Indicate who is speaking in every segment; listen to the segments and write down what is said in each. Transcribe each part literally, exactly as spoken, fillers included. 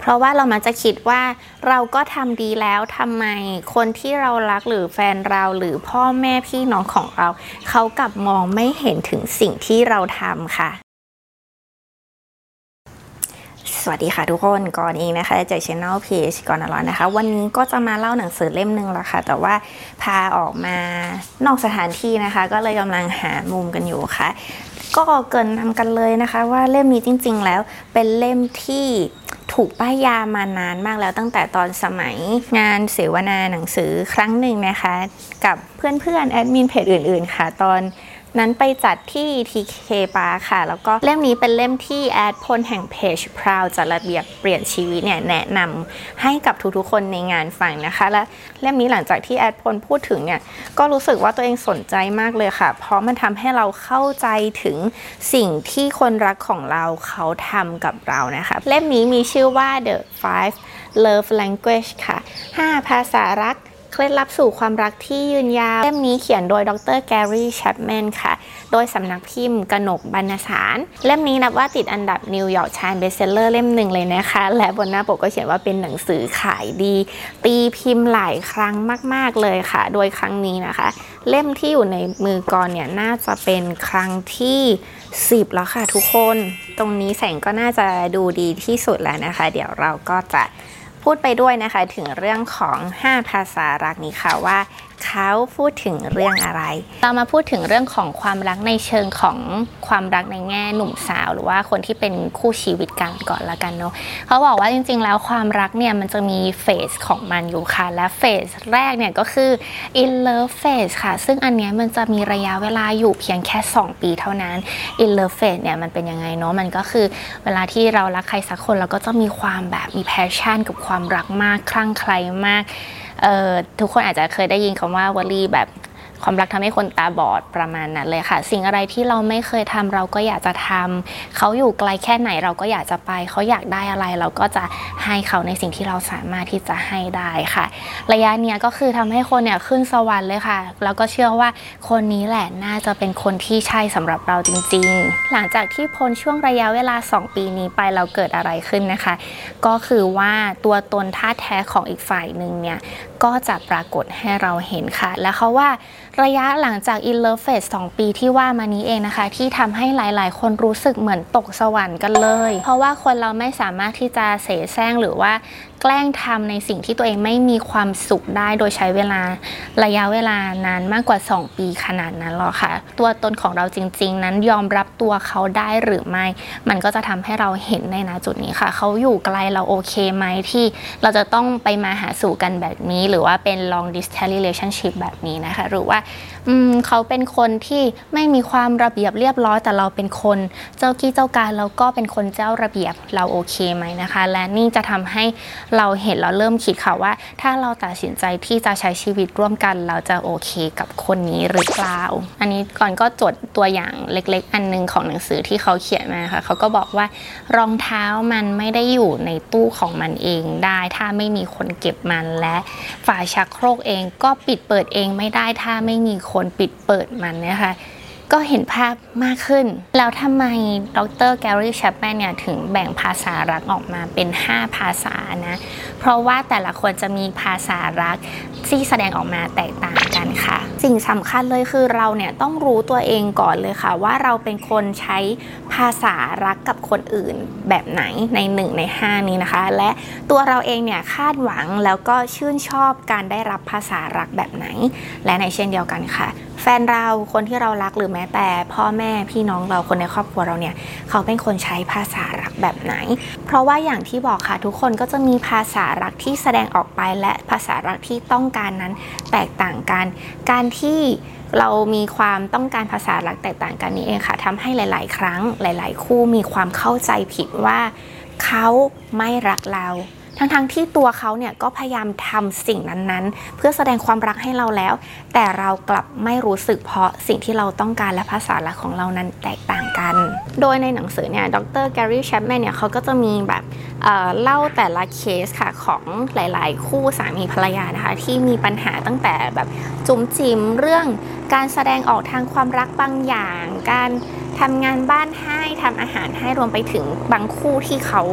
Speaker 1: เพราะว่าเรามักจะคิดว่าเราก็ทำดีแล้วทำไมคนที่เรารักหรือแฟนเราหรือพ่อแม่พี่น้องของเราเขากลับมองไม่เห็นถึงสิ่งที่เราทำค่ะสวัสดีค่ะทุกคนก่อนเองนะคะจาก Channel Page ก่อนนอนนะคะวันนี้ก็จะมาเล่าหนังสือเล่มนึงแล้วค่ะแต่ว่าพาออกมานอกสถานที่นะคะก็เลยกำลังหามุมกันอยู่ค่ะก็เกินทำกันเลยนะคะว่าเล่มนี้จริงๆแล้วเป็นเล่มที่ถูกป้ายยามานานมากแล้วตั้งแต่ตอนสมัยงานเสวนาหนังสือครั้งหนึ่งนะคะกับเพื่อนๆแอดมินเพจอื่นๆค่ะตอนนั้นไปจัดที่ ที เค Park ค่ะแล้วก็เล่มนี้เป็นเล่มที่แอดพลแห่งเพจ Proud จัดระเบียบเปลี่ยนชีวิตเนี่ยแนะนำให้กับทุกๆคนในงานฟังนะคะและเล่มนี้หลังจากที่แอดพลพูดถึงเนี่ยก็รู้สึกว่าตัวเองสนใจมากเลยค่ะเพราะมันทำให้เราเข้าใจถึงสิ่งที่คนรักของเราเขาทำกับเรานะคะเล่มนี้มีชื่อว่า The Five Love Language ค่ะห้าภาษารักเคล็ดลับสู่ความรักที่ยืนยาวเล่มนี้เขียนโดยดรแกรี่แชปแมนค่ะโดยสำนักพิมพ์กนกบรรณสารเล่มนี้นับว่าติดอันดับนิวยอร์กไทม์เบสเซลเลอร์เล่มหนึ่งเลยนะคะและบนหน้าปกก็เขียนว่าเป็นหนังสือขายดีตีพิมพ์หลายครั้งมากๆเลยค่ะโดยครั้งนี้นะคะเล่มที่อยู่ในมือกรเนี่ยน่าจะเป็นครั้งที่สิบแล้วค่ะทุกคนตรงนี้แสงก็น่าจะดูดีที่สุดแล้วนะคะเดี๋ยวเราก็จะพูดไปด้วยนะคะถึงเรื่องของห้าภาษารักนี้ค่ะว่าเขาพูดถึงเรื่องอะไรเรามาพูดถึงเรื่องของความรักในเชิงของความรักในแง่หนุ่มสาวหรือว่าคนที่เป็นคู่ชีวิตกันก่อนละกันเนาะเขาบอกว่าจริงๆแล้วความรักเนี่ยมันจะมีเฟสของมันอยู่ค่ะและเฟสแรกเนี่ยก็คือ in love phase ค่ะซึ่งอันนี้มันจะมีระยะเวลาอยู่เพียงแค่สองปีเท่านั้น in love phase เนี่ยมันเป็นยังไงเนาะมันก็คือเวลาที่เรารักใครสักคนเราก็จะมีความแบบมี passion กับความรักมากคลั่งไคล้มากเอ่อทุกคนอาจจะเคยได้ยินคำว่าวลีแบบความรักทำให้คนตาบอดประมาณนั้นเลยค่ะสิ่งอะไรที่เราไม่เคยทำเราก็อยากจะทำเขาอยู่ไกลแค่ไหนเราก็อยากจะไปเขาอยากได้อะไรเราก็จะให้เขาในสิ่งที่เราสามารถที่จะให้ได้ค่ะระยะเนี้ยก็คือทำให้คนเนี่ยขึ้นสวรรค์เลยค่ะแล้วก็เชื่อว่าคนนี้แหละน่าจะเป็นคนที่ใช่สำหรับเราจริงๆหลังจากที่พ้นช่วงระยะเวลาสองปีนี้ไปเราเกิดอะไรขึ้นนะคะก็คือว่าตัวตนท่าแท้ของอีกฝ่ายหนึ่งเนี่ยก็จะปรากฏให้เราเห็นค่ะและเขาว่าระยะหลังจาก in love phase สองปีที่ว่ามานี้เองนะคะที่ทำให้หลายๆคนรู้สึกเหมือนตกสวรรค์กันเลยเพราะว่าคนเราไม่สามารถที่จะเสแสร้งหรือว่าแกล้งทำในสิ่งที่ตัวเองไม่มีความสุขได้โดยใช้เวลาระยะเวลานานมากกว่าสองปีขนาดนั้นหรอกค่ะตัวตนของเราจริงๆนั้นยอมรับตัวเขาได้หรือไม่มันก็จะทำให้เราเห็นในณจุดนี้ค่ะเขาอยู่ไกลเราโอเคไหมที่เราจะต้องไปมาหาสู่กันแบบนี้หรือว่าเป็น long distance relationship แบบนี้นะคะหรือว่าอืมเขาเป็นคนที่ไม่มีความระเบียบเรียบร้อยแต่เราเป็นคนเจ้ากี้เจ้าการแล้วก็เป็นคนเจ้าระเบียบเราโอเคไหมนะคะและนี่จะทำให้เราเห็นเราเริ่มคิดค่ะว่าถ้าเราตัดสินใจที่จะใช้ชีวิตร่วมกันเราจะโอเคกับคนนี้หรือเปล่าอันนี้ก่อนก็จดตัวอย่างเล็กๆอันนึงของหนังสือที่เขาเขียนมาค่ะเขาก็บอกว่ารองเท้ามันไม่ได้อยู่ในตู้ของมันเองได้ถ้าไม่มีคนเก็บมันและฝาชักโครกเองก็ปิดเปิดเองไม่ได้ถ้าไม่มีคนปิดเปิดมันนะคะก็เห็นภาพมากขึ้นแล้วทำไมดรแกรี่แชปแมนเนี่ยถึงแบ่งภาษารักออกมาเป็นห้าภาษานะเพราะว่าแต่ละคนจะมีภาษารักที่แสดงออกมาแตกต่างกันค่ะสิ่งสำคัญเลยคือเราเนี่ยต้องรู้ตัวเองก่อนเลยค่ะว่าเราเป็นคนใช้ภาษารักกับคนอื่นแบบไหนในหนึ่งในห้านี้นะคะและตัวเราเองเนี่ยคาดหวังแล้วก็ชื่นชอบการได้รับภาษารักแบบไหนและในเช่นเดียวกันค่ะแฟนเราคนที่เรารักหรือแม้แต่พ่อแม่พี่น้องเราคนในครอบครัวเราเนี่ยเขาเป็นคนใช้ภาษารักแบบไหนเพราะว่าอย่างที่บอกค่ะทุกคนก็จะมีภาษารักที่แสดงออกไปและภาษารักที่ต้องการนั้นแตกต่างกันการที่เรามีความต้องการภาษารักแตกต่างกันนี้เองค่ะทำให้หลายๆครั้งหลายๆคู่มีความเข้าใจผิดว่าเขาไม่รักเราทั้งๆที่ตัวเขาเนี่ยก็พยายามทำสิ่งนั้นๆเพื่อแสดงความรักให้เราแล้วแต่เรากลับไม่รู้สึกเพราะสิ่งที่เราต้องการและภาษารักของเรานั้นแตกต่างกันโดยในหนังสือเนี่ยดรแกรี่แชปแมนเนี่ยเขาก็จะมีแบบเอ่อเล่าแต่ละเคสค่ะของหลายๆคู่สามีภรรยานะคะที่มีปัญหาตั้งแต่แบบจุ๋มจิ๋มเรื่องการแสดงออกทางความรักบางอย่างการทำงานบ้านให้ทำอาหารให้รวมไปถึงบางคู่ที่เขา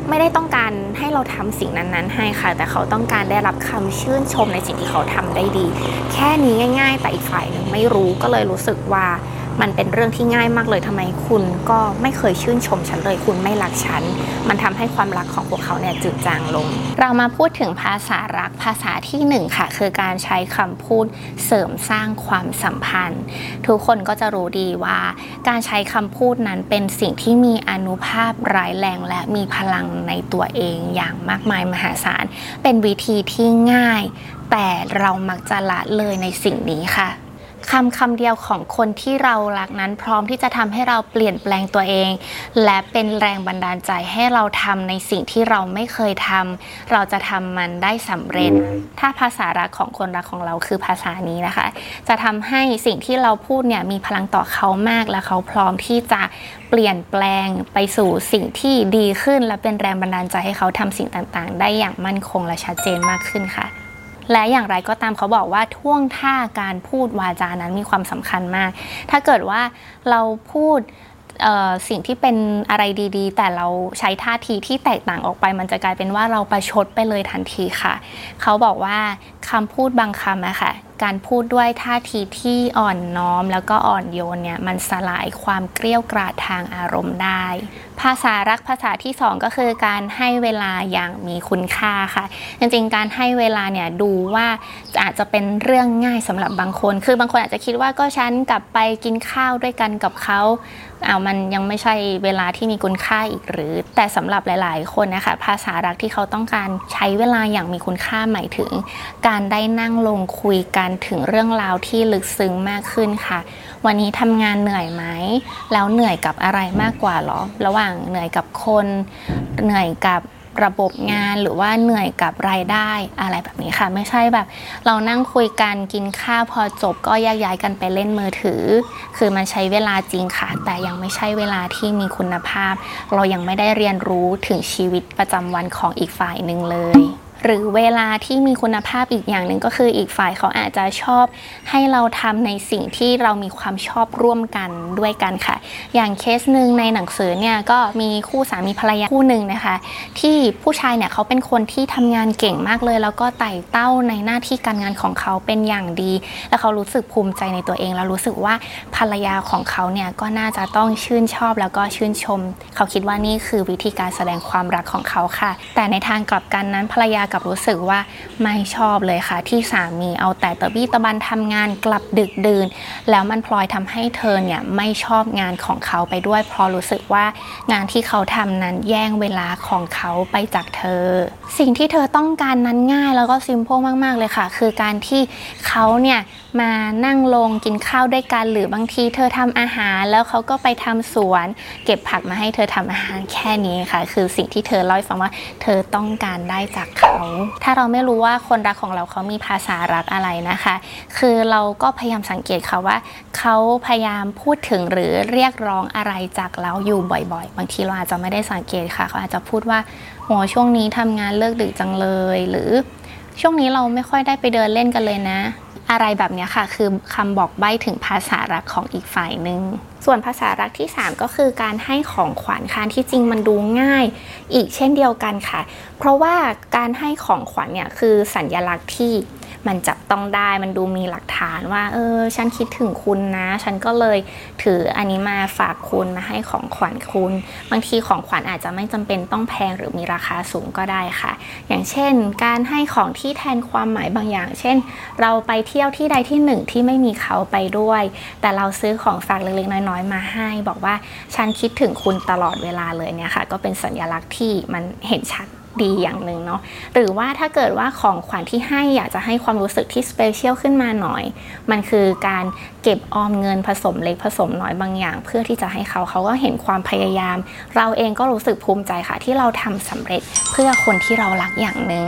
Speaker 1: ไม่ได้ต้องการให้เราทำสิ่งนั้นๆให้ค่ะแต่เขาต้องการได้รับคำชื่นชมในสิ่งที่เขาทำได้ดีแค่นี้ง่ายๆแต่อีกฝ่ายหนึ่งไม่รู้ก็เลยรู้สึกว่ามันเป็นเรื่องที่ง่ายมากเลยทำไมคุณก็ไม่เคยชื่นชมฉันเลยคุณไม่รักฉันมันทำให้ความรักของพวกเขาเนี่ยจืดจางลงเรามาพูดถึงภาษารักภาษาที่หนึ่งค่ะคือการใช้คำพูดเสริมสร้างความสัมพันธ์ทุกคนก็จะรู้ดีว่าการใช้คำพูดนั้นเป็นสิ่งที่มีอานุภาพร้ายแรงและมีพลังในตัวเองอย่างมากมายมหาศาลเป็นวิธีที่ง่ายแต่เรามักจะละเลยในสิ่งนี้ค่ะคำคำเดียวของคนที่เรารักนั้นพร้อมที่จะทำให้เราเปลี่ยนแปลงตัวเองและเป็นแรงบันดาลใจให้เราทำในสิ่งที่เราไม่เคยทำเราจะทำมันได้สำเร็จถ้าภาษารักของคนรักของเราคือภาษานี้นะคะจะทำให้สิ่งที่เราพูดเนี่ยมีพลังต่อเขามากและเขาพร้อมที่จะเปลี่ยนแปลงไปสู่สิ่งที่ดีขึ้นและเป็นแรงบันดาลใจให้เขาทำสิ่งต่างๆได้อย่างมั่นคงและชัดเจนมากขึ้นค่ะและอย่างไรก็ตามเขาบอกว่าท่วงท่าการพูดวาจานั้นมีความสำคัญมากถ้าเกิดว่าเราพูดสิ่งที่เป็นอะไรดีๆแต่เราใช้ท่าทีที่แตกต่างออกไปมันจะกลายเป็นว่าเราประชดไปเลยทันทีค่ะเขาบอกว่าคำพูดบางคำอะค่ะการพูดด้วยท่าทีที่อ่อนน้อมแล้วก็อ่อนโยนเนี่ยมันสลายความเกรี้ยวกราดทางอารมณ์ได้ภาษารักภาษาที่สองก็คือการให้เวลาอย่างมีคุณค่าค่ะจริงๆการให้เวลาเนี่ยดูว่าอาจจะเป็นเรื่องง่ายสำหรับบางคนคือบางคนอาจจะคิดว่าก็ฉันกลับไปกินข้าวด้วยกันกับเขาเอามันยังไม่ใช่เวลาที่มีคุณค่าอีกหรือแต่สำหรับหลายๆคนนะคะภาษารักที่เขาต้องการใช้เวลาอย่างมีคุณค่าหมายถึงการได้นั่งลงคุยกันถึงเรื่องราวที่ลึกซึ้งมากขึ้นค่ะวันนี้ทำงานเหนื่อยไหมแล้วเหนื่อยกับอะไรมากกว่าหรอระหว่างเหนื่อยกับคนเหนื่อยกับระบบงานหรือว่าเหนื่อยกับรายได้อะไรแบบนี้ค่ะไม่ใช่แบบเรานั่งคุยกันกินข้าวพอจบก็แยกย้ายกันไปเล่นมือถือคือมันใช้เวลาจริงค่ะแต่ยังไม่ใช่เวลาที่มีคุณภาพเรายังไม่ได้เรียนรู้ถึงชีวิตประจำวันของอีกฝ่ายหนึ่งเลยหรือเวลาที่มีคุณภาพอีกอย่างหนึ่งก็คืออีกฝ่ายเขาอาจจะชอบให้เราทำในสิ่งที่เรามีความชอบร่วมกันด้วยกันค่ะอย่างเคสหนึ่งในหนังสือเนี่ยก็มีคู่สามีภรรยาคู่หนึ่งนะคะที่ผู้ชายเนี่ยเขาเป็นคนที่ทำงานเก่งมากเลยแล้วก็ไต่เต้าในหน้าที่การงานของเขาเป็นอย่างดีและเขารู้สึกภูมิใจในตัวเองแล้วรู้สึกว่าภรรยาของเขาเนี่ยก็น่าจะต้องชื่นชอบแล้วก็ชื่นชมเขาคิดว่านี่คือวิธีการแสดงความรักของเขาค่ะแต่ในทางกลับกันนั้นภรรยากับรู้สึกว่าไม่ชอบเลยค่ะที่สามีเอาแต่ตะบี้ตะบันทำงานกลับดึกดื่นแล้วมันพลอยทำให้เธอเนี่ยไม่ชอบงานของเขาไปด้วยเพราะรู้สึกว่างานที่เขาทำนั้นแย่งเวลาของเขาไปจากเธอสิ่งที่เธอต้องการนั้นง่ายแล้วก็ซิมเปิลมากๆเลยค่ะคือการที่เขาเนี่ยมานั่งลงกินข้าวด้วยกันหรือบางทีเธอทำอาหารแล้วเขาก็ไปทำสวนเก็บผักมาให้เธอทำอาหารแค่นี้ค่ะคือสิ่งที่เธอเล่าให้ฟังว่าเธอต้องการได้จากเขาถ้าเราไม่รู้ว่าคนรักของเราเขามีภาษารักอะไรนะคะคือเราก็พยายามสังเกตค่ะว่าเขาพยายามพูดถึงหรือเรียกร้องอะไรจากเราอยู่บ่อยๆบางทีเราอาจจะไม่ได้สังเกตค่ะเขาอาจจะพูดว่าโหช่วงนี้ทำงานเลิกดึกจังเลยหรือช่วงนี้เราไม่ค่อยได้ไปเดินเล่นกันเลยนะอะไรแบบนี้ค่ะคือคำบอกใบ้ถึงภาษารักของอีกฝ่ายหนึ่งส่วนภาษารักที่สามก็คือการให้ของขวัญค่ะที่จริงมันดูง่ายอีกเช่นเดียวกันค่ะเพราะว่าการให้ของขวัญเนี่ยคือสัญลักษณ์ที่มันจับต้องได้มันดูมีหลักฐานว่าเออฉันคิดถึงคุณนะฉันก็เลยถืออันนี้มาฝากคุณมาให้ของขวัญคุณบางทีของขวัญอาจจะไม่จำเป็นต้องแพงหรือมีราคาสูงก็ได้ค่ะอย่างเช่นการให้ของที่แทนความหมายบางอย่างเช่นเราไปเที่ยวที่ใดที่หนึ่งที่ไม่มีเขาไปด้วยแต่เราซื้อของฝากเล็กๆน้อยๆมาให้บอกว่าฉันคิดถึงคุณตลอดเวลาเลยเนี่ยค่ะก็เป็นสัญลักษณ์ที่มันเห็นชัดดีอย่างหนึ่งเนาะหรือว่าถ้าเกิดว่าของขวัญที่ให้อยากจะให้ความรู้สึกที่สเปเชียลขึ้นมาหน่อยมันคือการเก็บออมเงินผสมเล็กผสมน้อยบางอย่างเพื่อที่จะให้เขาเขาก็เห็นความพยายามเราเองก็รู้สึกภูมิใจค่ะที่เราทำสำเร็จเพื่อคนที่เรารักอย่างหนึ่งภ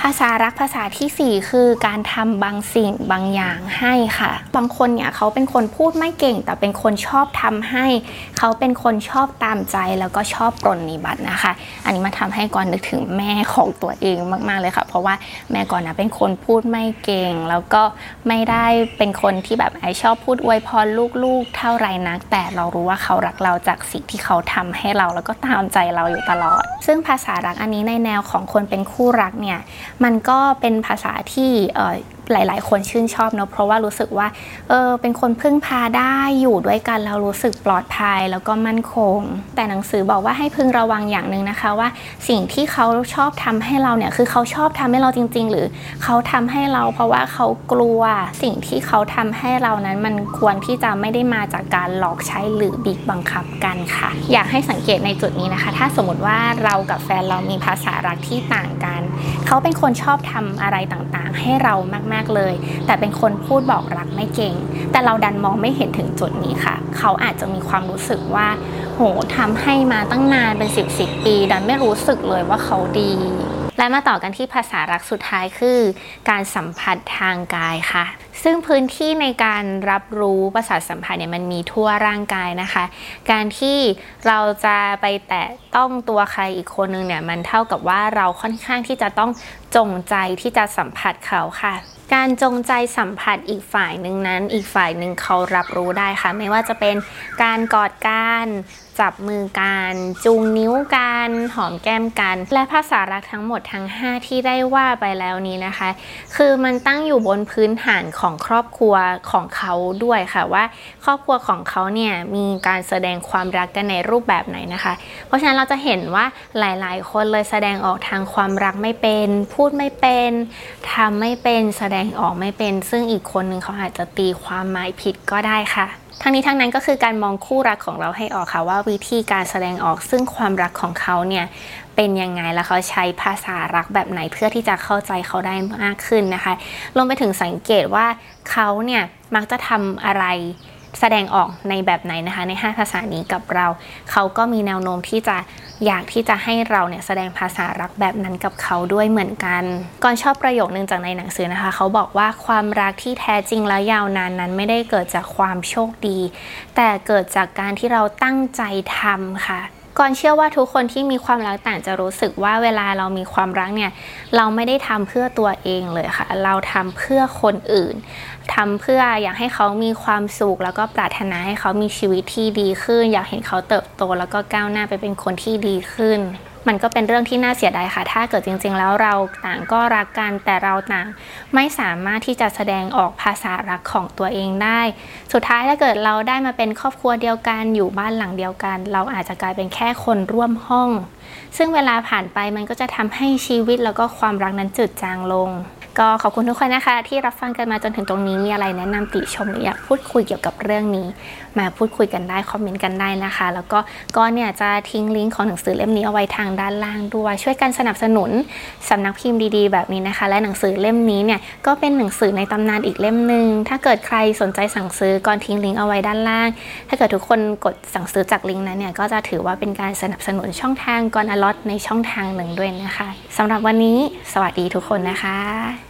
Speaker 1: ภาษารักภาษาที่สี่คือการทำบางสิ่งบางอย่างให้ค่ะบางคนเนี่ยเขาเป็นคนพูดไม่เก่งแต่เป็นคนชอบทำให้เขาเป็นคนชอบตามใจแล้วก็ชอบปรนนิบัตินะคะอันนี้มาทำให้ก่อนนึกถึงแม่ของตัวเองมากๆเลยค่ะเพราะว่าแม่ก่อนนะเป็นคนพูดไม่เก่งแล้วก็ไม่ได้เป็นคนที่แบบไอชอบพูดอวยพรลูกๆเท่าไรนักแต่เรารู้ว่าเขารักเราจากสิ่งที่เขาทำให้เราแล้วก็ตามใจเราอยู่ตลอดซึ่งภาษารักอันนี้ในแนวของคนเป็นคู่รักเนี่ยมันก็เป็นภาษาที่เอ่อหลายๆคนชื่นชอบเนาะเพราะว่ารู้สึกว่าเออเป็นคนพึ่งพาได้อยู่ด้วยกันแล้วรู้สึกปลอดภัยแล้วก็มั่นคงแต่หนังสือบอกว่าให้พึงระวังอย่างหนึ่งนะคะว่าสิ่งที่เขาชอบทำให้เราเนี่ยคือเขาชอบทำให้เราจริงๆหรือเขาทำให้เราเพราะว่าเขากลัวสิ่งที่เขาทำให้เรานั้นมันควรที่จะไม่ได้มาจากการหลอกใช้หรือบีบบังคับกันค่ะอยากให้สังเกตในจุดนี้นะคะถ้าสมมติว่าเรากับแฟนเรามีภาษารักที่ต่างกันเขาเป็นคนชอบทำอะไรต่างๆให้เรามากๆเลยแต่เป็นคนพูดบอกรักไม่เก่งแต่เราดันมองไม่เห็นถึงจุดนี้ค่ะเขาอาจจะมีความรู้สึกว่าโหทำให้มาตั้งนานเป็นสิบสิบปีดันไม่รู้สึกเลยว่าเขาดีและมาต่อกันที่ภาษารักสุดท้ายคือการสัมผัสทางกายค่ะซึ่งพื้นที่ในการรับรู้ประสาทสัมผัสเนี่ยมันมีทั่วร่างกายนะคะการที่เราจะไปแตะต้องตัวใครอีกคนนึงเนี่ยมันเท่ากับว่าเราค่อนข้างที่จะต้องจงใจที่จะสัมผัสเขาค่ะการจงใจสัมผัสอีกฝ่ายหนึ่งนั้นอีกฝ่ายหนึ่งเขารับรู้ได้ค่ะไม่ว่าจะเป็นการกอดกันจับมือกันจูงนิ้วกันหอมแก้มกันและภาษารักทั้งหมดทั้งห้าที่ได้ว่าไปแล้วนี้นะคะคือมันตั้งอยู่บนพื้นฐานของครอบครัวของเขาด้วยค่ะว่าครอบครัวของเขาเนี่ยมีการแสดงความรักกันในรูปแบบไหนนะคะเพราะฉะนั้นเราจะเห็นว่าหลายๆคนเลยแสดงออกทางความรักไม่เป็นพูดไม่เป็นทำไม่เป็นแสดงออกไม่เป็นซึ่งอีกคนนึงเขาอาจจะตีความหมายผิดก็ได้ค่ะทั้งนี้ทั้งนั้นก็คือการมองคู่รักของเราให้ออกค่ะว่าวิธีการแสดงออกซึ่งความรักของเขาเนี่ยเป็นยังไงแล้วเขาใช้ภาษารักแบบไหนเพื่อที่จะเข้าใจเขาได้มากขึ้นนะคะลงไปถึงสังเกตว่าเขาเนี่ยมักจะทำอะไรแสดงออกในแบบไหนนะคะในห้าภาษานี้กับเราเขาก็มีแนวโน้มที่จะอยากที่จะให้เราเนี่ยแสดงภาษารักแบบนั้นกับเขาด้วยเหมือนกันก่อนชอบประโยคนึงจากในหนังสือนะคะเขาบอกว่าความรักที่แท้จริงและยาวนานนั้นไม่ได้เกิดจากความโชคดีแต่เกิดจากการที่เราตั้งใจทำค่ะก่อนเชื่อว่าทุกคนที่มีความรักต่างจะรู้สึกว่าเวลาเรามีความรักเนี่ยเราไม่ได้ทำเพื่อตัวเองเลยค่ะเราทำเพื่อคนอื่นทำเพื่ออยากให้เขามีความสุขแล้วก็ปรารถนาให้เขามีชีวิตที่ดีขึ้นอยากเห็นเขาเติบโตแล้วก็ก้าวหน้าไปเป็นคนที่ดีขึ้นมันก็เป็นเรื่องที่น่าเสียดายค่ะถ้าเกิดจริงๆแล้วเราต่างก็รักกันแต่เราต่างไม่สามารถที่จะแสดงออกภาษารักของตัวเองได้สุดท้ายถ้าเกิดเราได้มาเป็นครอบครัวเดียวกันอยู่บ้านหลังเดียวกันเราอาจจะกลายเป็นแค่คนร่วมห้องซึ่งเวลาผ่านไปมันก็จะทำให้ชีวิตแล้วก็ความรักนั้นจืดจางลงก็ขอบคุณทุกคนนะคะที่รับฟังกันมาจนถึงตรงนี้มีอะไรแนะนำติชมหรืออยากพูดคุยเกี่ยวกับเรื่องนี้มาพูดคุยกันได้คอมเมนต์กันได้นะคะแล้วก็ก็เนี่ยจะทิ้งลิงก์ของหนังสือเล่มนี้เอาไว้ทางด้านล่างด้วยช่วยกันสนับสนุนสำนักพิมพ์ดีๆแบบนี้นะคะและหนังสือเล่มนี้เนี่ยก็เป็นหนังสือในตำนานอีกเล่มหนึ่งถ้าเกิดใครสนใจสั่งซื้อก็ทิ้งลิงก์เอาไว้ด้านล่างถ้าเกิดทุกคนกดสั่งซื้อจากลิงก์นั้นเนี่ยก็จะถือว่าเป็นการสนับสนุนช่องทางกอนอลอตในช่องทางหนึ่งด้วยนะคะสำหรับวันนี้สวัสดีทุกคนนะคะ